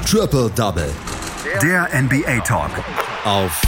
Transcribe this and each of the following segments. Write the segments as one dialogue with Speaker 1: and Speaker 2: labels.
Speaker 1: Triple Double.
Speaker 2: Der NBA Talk.
Speaker 1: Auf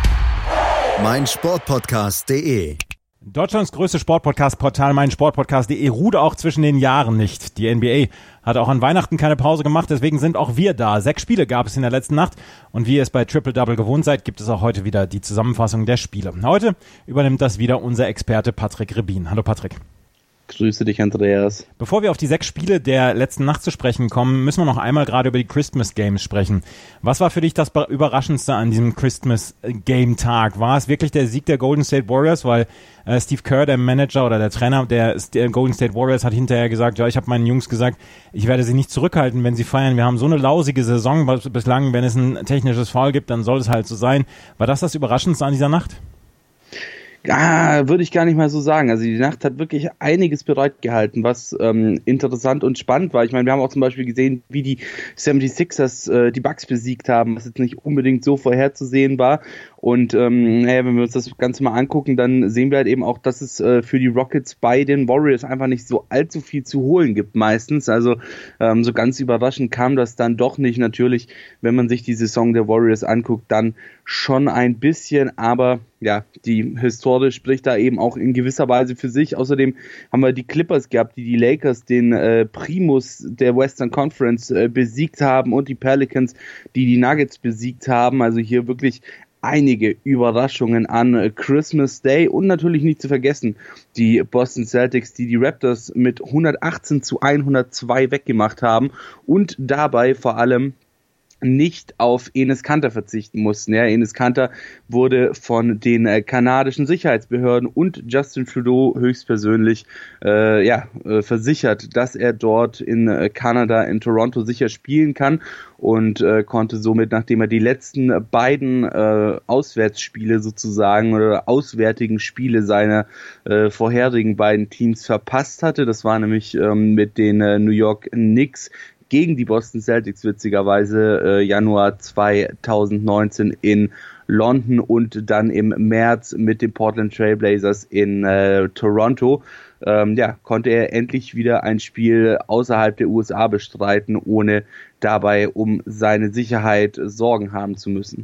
Speaker 1: meinsportpodcast.de.
Speaker 3: Deutschlands größte Sportpodcast-Portal meinsportpodcast.de ruht auch zwischen den Jahren nicht. Die NBA hat auch an Weihnachten keine Pause gemacht, deswegen sind auch wir da. 6 Spiele gab es in der letzten Nacht und wie ihr es bei Triple Double gewohnt seid, gibt es auch heute wieder die Zusammenfassung der Spiele. Heute übernimmt das wieder unser Experte Patrick Rebin. Hallo Patrick.
Speaker 4: Grüße dich, Andreas.
Speaker 3: Bevor wir auf die 6 Spiele der letzten Nacht zu sprechen kommen, müssen wir noch einmal gerade über die Christmas Games sprechen. Was war für dich das Überraschendste an diesem Christmas Game Tag? War es wirklich der Sieg der Golden State Warriors? Weil Steve Kerr, der Manager oder der Trainer der Golden State Warriors, hat hinterher gesagt, ja, ich habe meinen Jungs gesagt, ich werde sie nicht zurückhalten, wenn sie feiern. Wir haben so eine lausige Saison bislang, wenn es ein technisches Foul gibt, dann soll es halt so sein. War das Überraschendste an dieser Nacht?
Speaker 4: Ja, würde ich gar nicht mal so sagen. Also die Nacht hat wirklich einiges bereitgehalten, was interessant und spannend war. Ich meine, wir haben auch zum Beispiel gesehen, wie die 76ers die Bucks besiegt haben, was jetzt nicht unbedingt so vorherzusehen war. Und wenn wir uns das Ganze mal angucken, dann sehen wir halt eben auch, dass es für die Rockets bei den Warriors einfach nicht so allzu viel zu holen gibt meistens. Also so ganz überraschend kam das dann doch nicht. Natürlich, wenn man sich die Saison der Warriors anguckt, dann schon ein bisschen, aber ja, die Historie spricht da eben auch in gewisser Weise für sich. Außerdem haben wir die Clippers gehabt, die Lakers, den Primus der Western Conference besiegt haben und die Pelicans, die Nuggets besiegt haben. Also hier wirklich einige Überraschungen an Christmas Day und natürlich nicht zu vergessen die Boston Celtics, die Raptors mit 118-102 weggemacht haben und dabei vor allem nicht auf Enes Kanter verzichten mussten. Ja, Enes Kanter wurde von den kanadischen Sicherheitsbehörden und Justin Trudeau höchstpersönlich versichert, dass er dort in Kanada, in Toronto sicher spielen kann und konnte somit, nachdem er die letzten beiden Auswärtsspiele sozusagen oder auswärtigen Spiele seiner vorherigen beiden Teams verpasst hatte, das war nämlich mit den New York Knicks gegen die Boston Celtics witzigerweise Januar 2019 in London und dann im März mit den Portland Trail Blazers in Toronto. Konnte er endlich wieder ein Spiel außerhalb der USA bestreiten, ohne dabei um seine Sicherheit Sorgen haben zu müssen.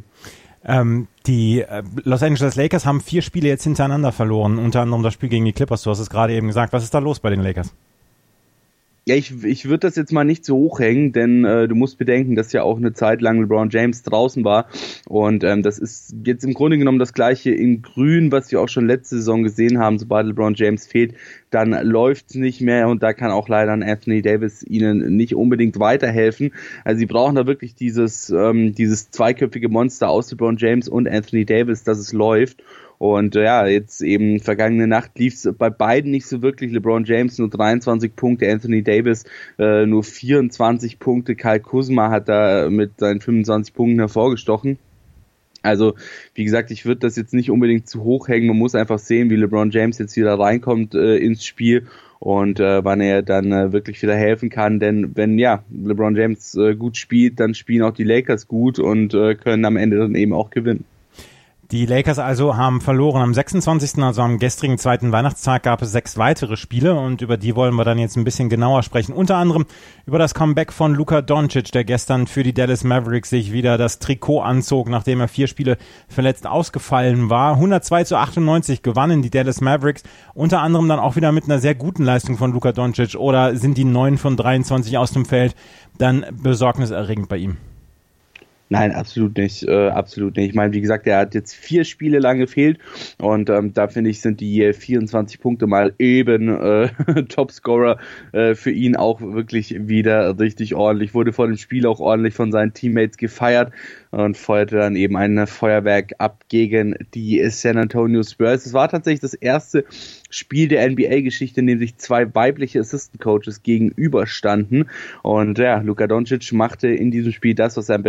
Speaker 3: Die Los Angeles Lakers haben 4 Spiele jetzt hintereinander verloren, unter anderem das Spiel gegen die Clippers. Du hast es gerade eben gesagt. Was ist da los bei den Lakers?
Speaker 4: Ja, ich würde das jetzt mal nicht so hochhängen, denn du musst bedenken, dass ja auch eine Zeit lang LeBron James draußen war und das ist jetzt im Grunde genommen das gleiche in Grün, was wir auch schon letzte Saison gesehen haben. Sobald LeBron James fehlt, dann läuft's nicht mehr und da kann auch leider ein Anthony Davis ihnen nicht unbedingt weiterhelfen. Also sie brauchen da wirklich dieses zweiköpfige Monster aus LeBron James und Anthony Davis, dass es läuft. Und jetzt eben vergangene Nacht lief es bei beiden nicht so wirklich. LeBron James nur 23 Punkte, Anthony Davis nur 24 Punkte. Kyle Kuzma hat da mit seinen 25 Punkten hervorgestochen. Also, wie gesagt, ich würde das jetzt nicht unbedingt zu hoch hängen. Man muss einfach sehen, wie LeBron James jetzt wieder reinkommt ins Spiel und wann er dann wirklich wieder helfen kann. Denn wenn LeBron James gut spielt, dann spielen auch die Lakers gut und können am Ende dann eben auch gewinnen.
Speaker 3: Die Lakers also haben verloren am 26., also am gestrigen zweiten Weihnachtstag gab es 6 weitere Spiele und über die wollen wir dann jetzt ein bisschen genauer sprechen. Unter anderem über das Comeback von Luka Doncic, der gestern für die Dallas Mavericks sich wieder das Trikot anzog, nachdem er 4 Spiele verletzt ausgefallen war. 102-98 gewannen die Dallas Mavericks, unter anderem dann auch wieder mit einer sehr guten Leistung von Luka Doncic, oder sind die 9 von 23 aus dem Feld dann besorgniserregend bei ihm?
Speaker 4: Nein, absolut nicht, absolut nicht. Ich meine, wie gesagt, er hat jetzt 4 Spiele lang gefehlt und da finde ich, sind die 24 Punkte mal eben Topscorer für ihn auch wirklich wieder richtig ordentlich. Wurde vor dem Spiel auch ordentlich von seinen Teammates gefeiert und feuerte dann eben ein Feuerwerk ab gegen die San Antonio Spurs. Es war tatsächlich das erste Spiel der NBA-Geschichte, in dem sich 2 weibliche Assistant-Coaches gegenüberstanden und Luka Doncic machte in diesem Spiel das, was er am besten kann,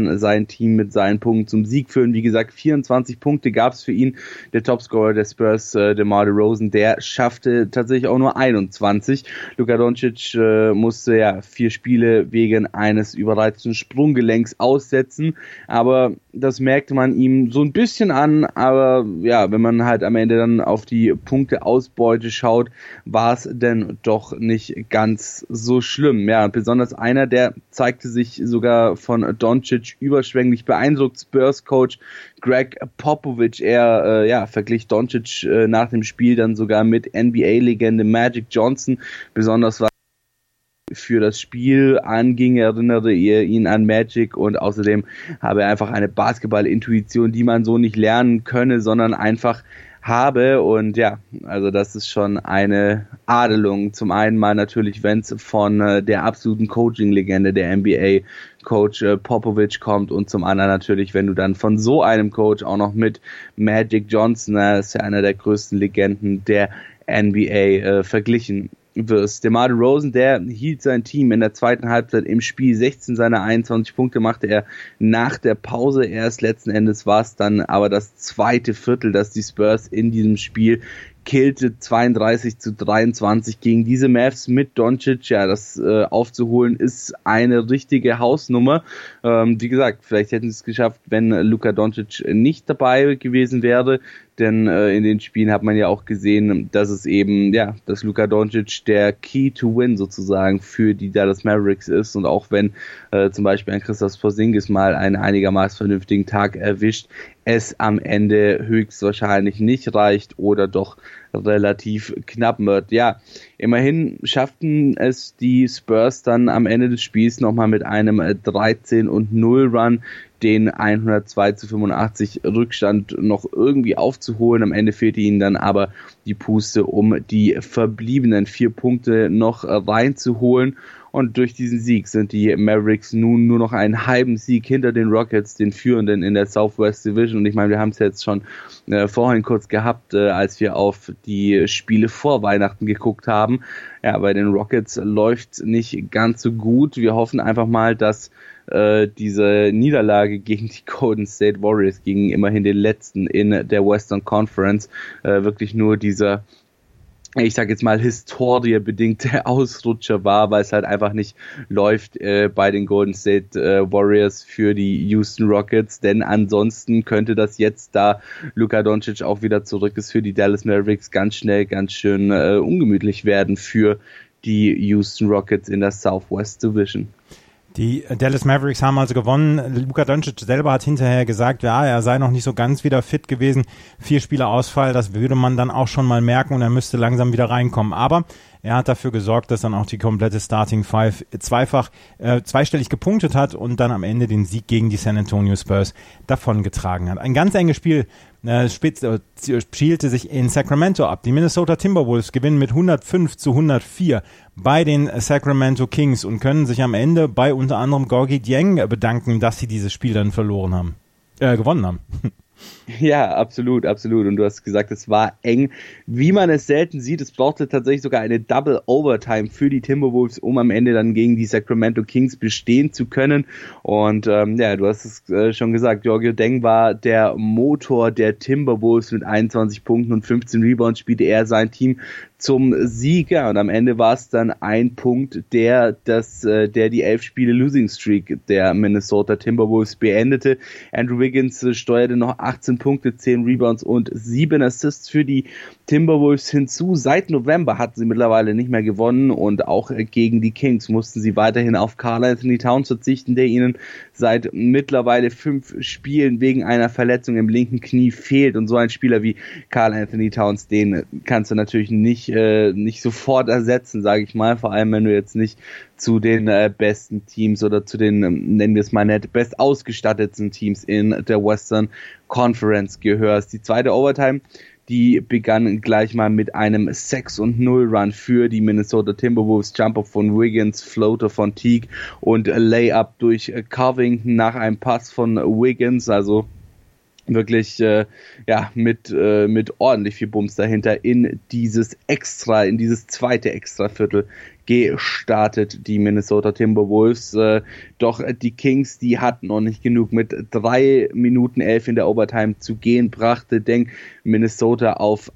Speaker 4: dann sein Team mit seinen Punkten zum Sieg führen. Wie gesagt, 24 Punkte gab es für ihn. Der Topscorer der Spurs, DeMar DeRozan, der schaffte tatsächlich auch nur 21. Luka Doncic musste 4 Spiele wegen eines überreizten Sprunggelenks aussetzen, aber das merkte man ihm so ein bisschen an, aber ja, wenn man halt am Ende dann auf die Punkteausbeute schaut, war es denn doch nicht ganz so schlimm. Ja, und besonders einer, der zeigte sich sogar von Doncic überschwänglich beeindruckt. Spurs-Coach Greg Popovich, er verglich Doncic nach dem Spiel dann sogar mit NBA-Legende Magic Johnson, besonders was für das Spiel anging, erinnerte er ihn an Magic und außerdem habe er einfach eine Basketball-Intuition, die man so nicht lernen könne, sondern einfach habe. Und ja, also das ist schon eine Adelung. Zum einen mal natürlich, wenn es von der absoluten Coaching-Legende der NBA, Coach Popovich, kommt, und zum anderen natürlich, wenn du dann von so einem Coach auch noch mit Magic Johnson, das ist ja einer der größten Legenden der NBA, verglichen wirst. DeMar DeRozan, der hielt sein Team in der zweiten Halbzeit im Spiel. 16 seiner 21 Punkte machte er nach der Pause erst. Letzten Endes war es dann aber das zweite Viertel, das die Spurs in diesem Spiel killte. 32-23 gegen diese Mavs mit Doncic. Ja, das aufzuholen ist eine richtige Hausnummer. Wie gesagt, vielleicht hätten sie es geschafft, wenn Luka Doncic nicht dabei gewesen wäre, denn in den Spielen hat man ja auch gesehen, dass es eben, dass Luka Doncic der Key to Win sozusagen für die Dallas Mavericks ist, und auch wenn zum Beispiel ein Kristaps Porzingis mal einen einigermaßen vernünftigen Tag erwischt, es am Ende höchstwahrscheinlich nicht reicht oder doch relativ knapp wird. Ja, immerhin schafften es die Spurs dann am Ende des Spiels nochmal mit einem 13-0 Run den 102-85 Rückstand noch irgendwie aufzuholen. Am Ende fehlte ihnen dann aber die Puste, um die verbliebenen 4 Punkte noch reinzuholen. Und durch diesen Sieg sind die Mavericks nun nur noch einen halben Sieg hinter den Rockets, den Führenden in der Southwest Division. Und ich meine, wir haben es jetzt schon vorhin kurz gehabt, als wir auf die Spiele vor Weihnachten geguckt haben. Ja, bei den Rockets läuft nicht ganz so gut. Wir hoffen einfach mal, dass diese Niederlage gegen die Golden State Warriors, gegen immerhin den letzten in der Western Conference, wirklich nur dieser, ich sag jetzt mal, historiebedingte Ausrutscher war, weil es halt einfach nicht läuft bei den Golden State Warriors für die Houston Rockets, denn ansonsten könnte das jetzt, da Luka Doncic auch wieder zurück ist, für die Dallas Mavericks ganz schnell ganz schön ungemütlich werden für die Houston Rockets in der Southwest Division.
Speaker 3: Die Dallas Mavericks haben also gewonnen. Luka Doncic selber hat hinterher gesagt, ja, er sei noch nicht so ganz wieder fit gewesen. 4 Spiele Ausfall, das würde man dann auch schon mal merken, und er müsste langsam wieder reinkommen. Aber er hat dafür gesorgt, dass dann auch die komplette Starting Five zweistellig gepunktet hat und dann am Ende den Sieg gegen die San Antonio Spurs davongetragen hat. Ein ganz enges Spiel spielte sich in Sacramento ab. Die Minnesota Timberwolves gewinnen mit 105-104 bei den Sacramento Kings und können sich am Ende bei unter anderem Gorgui Dieng bedanken, dass sie dieses Spiel dann gewonnen haben.
Speaker 4: Ja, absolut, absolut. Und du hast gesagt, es war eng, wie man es selten sieht. Es brauchte tatsächlich sogar eine Double Overtime für die Timberwolves, um am Ende dann gegen die Sacramento Kings bestehen zu können. Und du hast es schon gesagt, Gorgui Dieng war der Motor der Timberwolves. Mit 21 Punkten und 15 Rebounds spielte er sein Team zum Sieger, und am Ende war es dann ein Punkt, der die 11 Spiele Losing Streak der Minnesota Timberwolves beendete. Andrew Wiggins steuerte noch 18 Punkte, 10 Rebounds und 7 Assists für die Timberwolves hinzu. Seit November hatten sie mittlerweile nicht mehr gewonnen, und auch gegen die Kings mussten sie weiterhin auf Karl Anthony Towns verzichten, der ihnen seit mittlerweile 5 Spielen wegen einer Verletzung im linken Knie fehlt. Und so ein Spieler wie Karl Anthony Towns, den kannst du natürlich nicht sofort ersetzen, sage ich mal, vor allem wenn du jetzt nicht zu den besten Teams oder zu den, nennen wir es mal nett, best ausgestatteten Teams in der Western Conference gehörst. Die zweite Overtime, die begann gleich mal mit einem 6-0 Run für die Minnesota Timberwolves. Jumper von Wiggins, Floater von Teague und Layup durch Covington nach einem Pass von Wiggins, also wirklich mit ordentlich viel Bums dahinter in dieses zweite Extraviertel gestartet, die Minnesota Timberwolves. Doch die Kings, die hatten noch nicht genug. Mit 3 Minuten 11 in der Overtime zu gehen, brachte Minnesota auf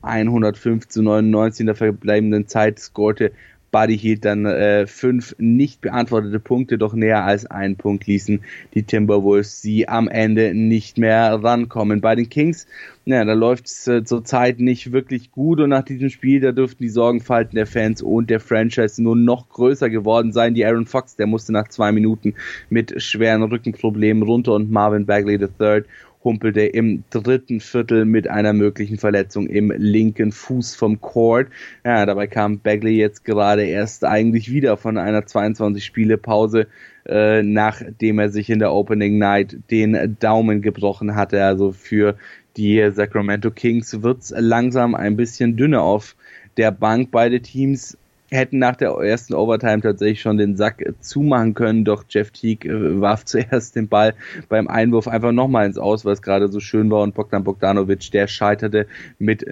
Speaker 4: 105-99 in der verbleibenden Zeit, scorte Buddy Hield dann 5 nicht beantwortete Punkte, doch näher als einen Punkt ließen die Timberwolves sie am Ende nicht mehr rankommen. Bei den Kings, da läuft es zurzeit nicht wirklich gut und nach diesem Spiel, da dürften die Sorgenfalten der Fans und der Franchise nur noch größer geworden sein. Die Aaron Fox, der musste nach 2 Minuten mit schweren Rückenproblemen runter und Marvin Bagley III humpelte im 3. Viertel mit einer möglichen Verletzung im linken Fuß vom Court. Ja, dabei kam Bagley jetzt gerade erst eigentlich wieder von einer 22-Spiele-Pause, nachdem er sich in der Opening Night den Daumen gebrochen hatte. Also für die Sacramento Kings wird's langsam ein bisschen dünner auf der Bank. Beide Teams hätten nach der ersten Overtime tatsächlich schon den Sack zumachen können, doch Jeff Teague warf zuerst den Ball beim Einwurf einfach nochmal ins Aus, weil es gerade so schön war, und Bogdan Bogdanovic, der scheiterte mit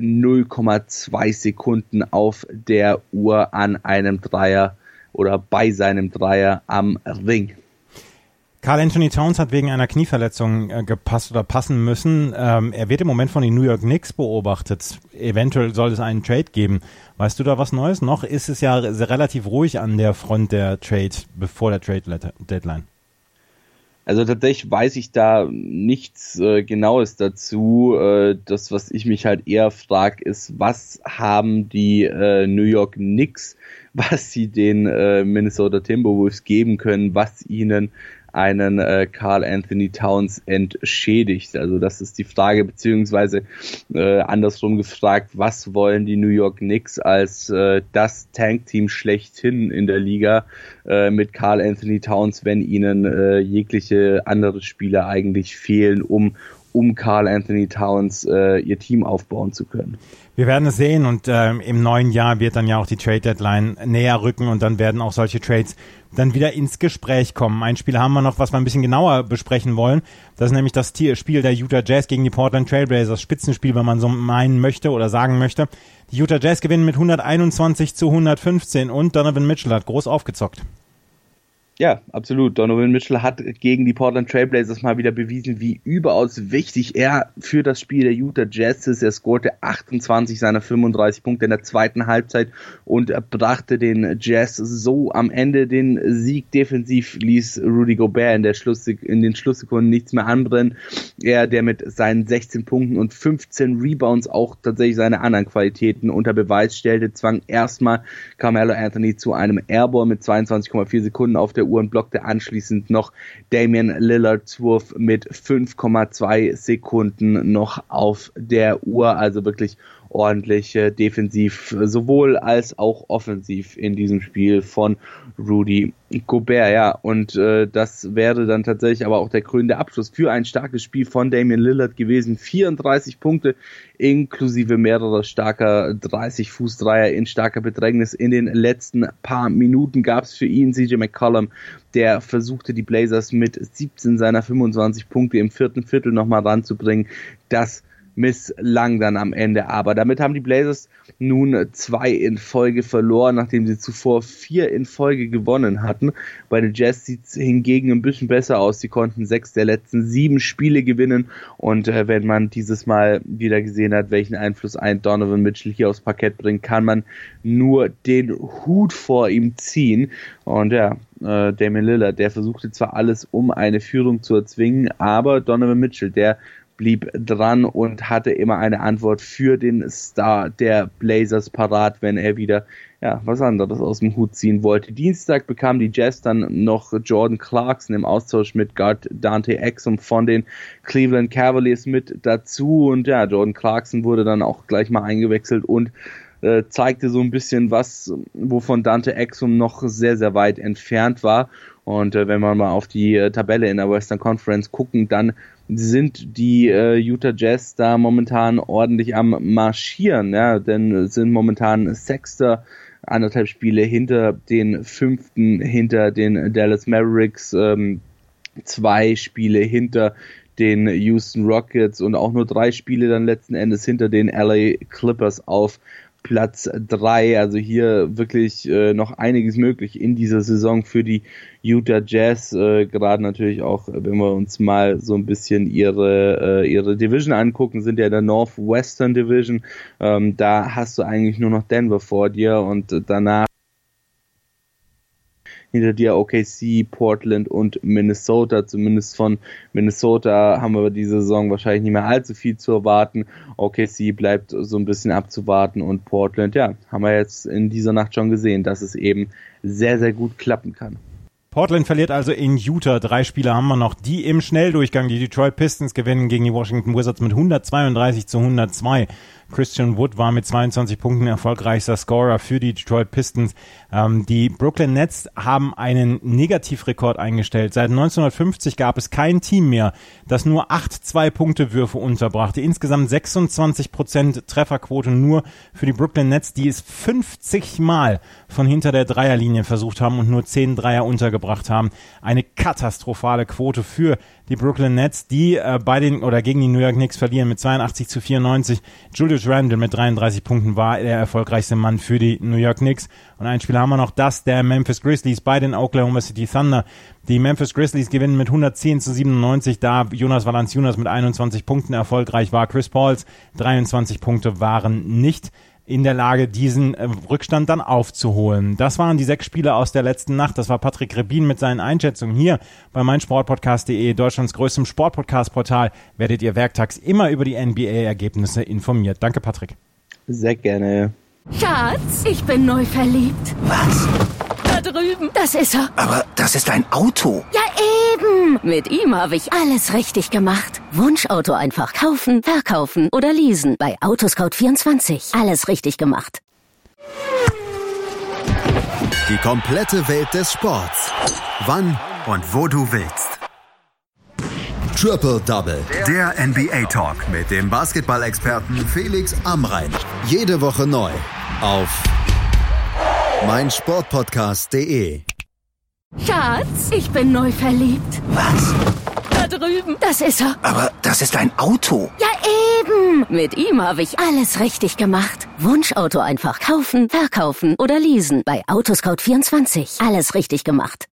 Speaker 4: 0,2 Sekunden auf der Uhr an einem Dreier oder bei seinem Dreier am Ring.
Speaker 3: Karl Anthony Towns hat wegen einer Knieverletzung passen müssen. Er wird im Moment von den New York Knicks beobachtet. Eventuell soll es einen Trade geben. Weißt du da was Neues? Noch ist es ja relativ ruhig an der Front der Trade, bevor der Trade-Deadline.
Speaker 4: Also tatsächlich weiß ich da nichts Genaues dazu. Das, was ich mich halt eher frage, ist, was haben die New York Knicks, was sie den Minnesota Timberwolves geben können, was ihnen einen Karl Anthony Towns entschädigt. Also das ist die Frage, beziehungsweise andersrum gefragt, was wollen die New York Knicks als das Tank-Team schlechthin in der Liga mit Karl Anthony Towns, wenn ihnen jegliche andere Spieler eigentlich fehlen, um Karl Anthony Towns ihr Team aufbauen zu können.
Speaker 3: Wir werden es sehen, und im neuen Jahr wird dann ja auch die Trade-Deadline näher rücken, und dann werden auch solche Trades dann wieder ins Gespräch kommen. Ein Spiel haben wir noch, was wir ein bisschen genauer besprechen wollen. Das ist nämlich das Spiel der Utah Jazz gegen die Portland Trailblazers. Spitzenspiel, wenn man so meinen möchte oder sagen möchte. Die Utah Jazz gewinnen mit 121-115 und Donovan Mitchell hat groß aufgezockt.
Speaker 4: Ja, absolut. Donovan Mitchell hat gegen die Portland Trailblazers mal wieder bewiesen, wie überaus wichtig er für das Spiel der Utah Jazz ist. Er scorte 28 seiner 35 Punkte in der zweiten Halbzeit und brachte den Jazz so am Ende den Sieg. Defensiv ließ Rudy Gobert in den Schlusssekunden nichts mehr anbrennen. Er, der mit seinen 16 Punkten und 15 Rebounds auch tatsächlich seine anderen Qualitäten unter Beweis stellte, zwang erstmal Carmelo Anthony zu einem Airball mit 22,4 Sekunden auf der Uhr und blockte anschließend noch Damian Lillards Wurf mit 5,2 Sekunden noch auf der Uhr. Also wirklich ordentlich defensiv, sowohl als auch offensiv in diesem Spiel von Rudy Gobert. Ja, und das wäre dann tatsächlich aber auch der krönende Abschluss für ein starkes Spiel von Damian Lillard gewesen. 34 Punkte inklusive mehrerer starker 30-Fuß-Dreier in starker Bedrängnis. In den letzten paar Minuten gab es für ihn CJ McCollum, der versuchte, die Blazers mit 17 seiner 25 Punkte im vierten Viertel nochmal ranzubringen. Das misslang dann am Ende, aber damit haben die Blazers nun 2 in Folge verloren, nachdem sie zuvor 4 in Folge gewonnen hatten. Bei den Jazz sieht es hingegen ein bisschen besser aus. Sie konnten 6 der letzten 7 Spiele gewinnen, und wenn man dieses Mal wieder gesehen hat, welchen Einfluss ein Donovan Mitchell hier aufs Parkett bringt, kann man nur den Hut vor ihm ziehen. Und ja, Damian Lillard, der versuchte zwar alles, um eine Führung zu erzwingen, aber Donovan Mitchell, der blieb dran und hatte immer eine Antwort für den Star der Blazers parat, wenn er wieder was anderes aus dem Hut ziehen wollte. Dienstag bekam die Jazz dann noch Jordan Clarkson im Austausch mit Guard Dante Exum von den Cleveland Cavaliers mit dazu, und ja, Jordan Clarkson wurde dann auch gleich mal eingewechselt und zeigte so ein bisschen wovon Dante Exum noch sehr, sehr weit entfernt war. Und wenn wir mal auf die Tabelle in der Western Conference gucken, dann sind die Utah Jazz da momentan ordentlich am Marschieren, denn sind momentan Sechster, 1,5 Spiele hinter den 5., hinter den Dallas Mavericks, 2 Spiele hinter den Houston Rockets und auch nur 3 Spiele dann letzten Endes hinter den LA Clippers auf Platz 3. Also hier wirklich noch einiges möglich in dieser Saison für die Utah Jazz. Gerade natürlich auch, wenn wir uns mal so ein bisschen ihre Division angucken, sind ja in der Northwestern Division. Da hast du eigentlich nur noch Denver vor dir und danach hinter dir OKC, Portland und Minnesota. Zumindest von Minnesota haben wir diese Saison wahrscheinlich nicht mehr allzu viel zu erwarten. OKC bleibt so ein bisschen abzuwarten und Portland, ja, haben wir jetzt in dieser Nacht schon gesehen, dass es eben sehr, sehr gut klappen kann.
Speaker 3: Portland verliert also in Utah. 3 Spieler haben wir noch, die im Schnelldurchgang. Die Detroit Pistons gewinnen gegen die Washington Wizards mit 132-102. Christian Wood war mit 22 Punkten erfolgreichster Scorer für die Detroit Pistons. Die Brooklyn Nets haben einen Negativrekord eingestellt. Seit 1950 gab es kein Team mehr, das nur 8 2-Punkte-Würfe unterbrachte. Insgesamt 26% Trefferquote nur für die Brooklyn Nets, die es 50 Mal von hinter der Dreierlinie versucht haben und nur 10 Dreier untergebracht haben. Eine katastrophale Quote für die Brooklyn Nets, die gegen die New York Knicks verlieren mit 82-94. Julius Randle mit 33 Punkten war der erfolgreichste Mann für die New York Knicks. Und ein Spieler haben wir noch, das der Memphis Grizzlies bei den Oklahoma City Thunder. Die Memphis Grizzlies gewinnen mit 110-97, da Jonas Valanciunas mit 21 Punkten erfolgreich war. Chris Pauls 23 Punkte waren nicht in der Lage, diesen Rückstand dann aufzuholen. Das waren die 6 Spiele aus der letzten Nacht. Das war Patrick Rebin mit seinen Einschätzungen hier bei meinsportpodcast.de, Deutschlands größtem Sportpodcast-Portal. Werdet ihr werktags immer über die NBA-Ergebnisse informiert. Danke, Patrick.
Speaker 4: Sehr gerne.
Speaker 5: Schatz, ich bin neu verliebt.
Speaker 6: Was?
Speaker 5: Da drüben. Das ist er.
Speaker 6: Aber das ist ein Auto.
Speaker 5: Ja, eben. Mit ihm habe ich alles richtig gemacht. Wunschauto einfach kaufen, verkaufen oder leasen. Bei Autoscout24. Alles richtig gemacht.
Speaker 1: Die komplette Welt des Sports.
Speaker 2: Wann und wo du willst.
Speaker 1: Triple Double.
Speaker 2: Der NBA Talk.
Speaker 1: Mit dem Basketball-Experten Felix Amrein. Jede Woche neu. Auf meinsportpodcast.de.
Speaker 5: Schatz, ich bin neu verliebt.
Speaker 6: Was?
Speaker 5: Da drüben. Das ist er.
Speaker 6: Aber das ist ein Auto.
Speaker 5: Ja, eben. Mit ihm habe ich alles richtig gemacht. Wunschauto einfach kaufen, verkaufen oder leasen. Bei Autoscout24. Alles richtig gemacht.